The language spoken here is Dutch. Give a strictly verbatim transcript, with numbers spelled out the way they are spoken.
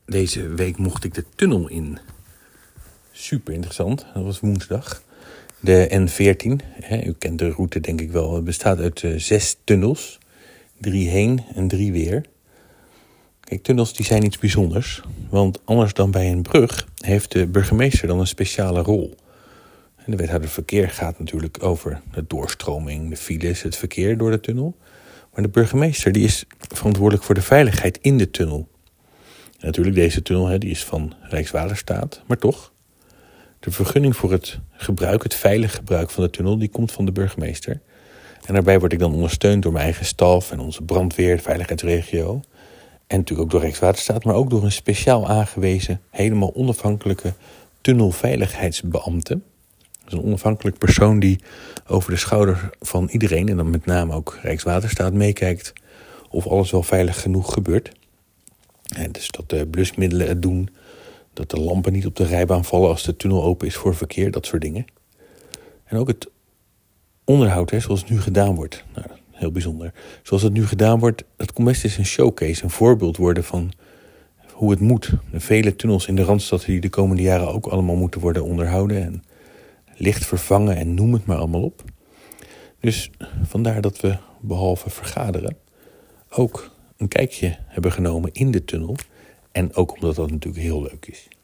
Deze week mocht ik de tunnel in. Super interessant, dat was woensdag. De N veertien, hè, u kent de route denk ik wel. Het bestaat uit uh, zes tunnels. Drie heen en drie weer. Kijk, tunnels die zijn iets bijzonders. Want anders dan bij een brug heeft de burgemeester dan een speciale rol. En de wethouder verkeer gaat natuurlijk over de doorstroming, de files, het verkeer door de tunnel. Maar de burgemeester die is verantwoordelijk voor de veiligheid in de tunnel. En natuurlijk, deze tunnel hè, die is van Rijkswaterstaat, maar toch. De vergunning voor het gebruik, het veilig gebruik van de tunnel, die komt van de burgemeester. En daarbij word ik dan ondersteund door mijn eigen staf en onze brandweer, de veiligheidsregio. En natuurlijk ook door Rijkswaterstaat, maar ook door een speciaal aangewezen, helemaal onafhankelijke tunnelveiligheidsbeambte. Dat is een onafhankelijk persoon die over de schouder van iedereen, en dan met name ook Rijkswaterstaat, meekijkt of alles wel veilig genoeg gebeurt. En dus dat de blusmiddelen het doen, dat de lampen niet op de rijbaan vallen als de tunnel open is voor verkeer, dat soort dingen. En ook het onderhoud, hè, zoals het nu gedaan wordt. Nou, heel bijzonder. Zoals het nu gedaan wordt, dat kon best eens een showcase, een voorbeeld worden van hoe het moet. De vele tunnels in de Randstad die de komende jaren ook allemaal moeten worden onderhouden en licht vervangen en noem het maar allemaal op. Dus vandaar dat we behalve vergaderen ook een kijkje hebben genomen in de tunnel. En ook omdat dat natuurlijk heel leuk is.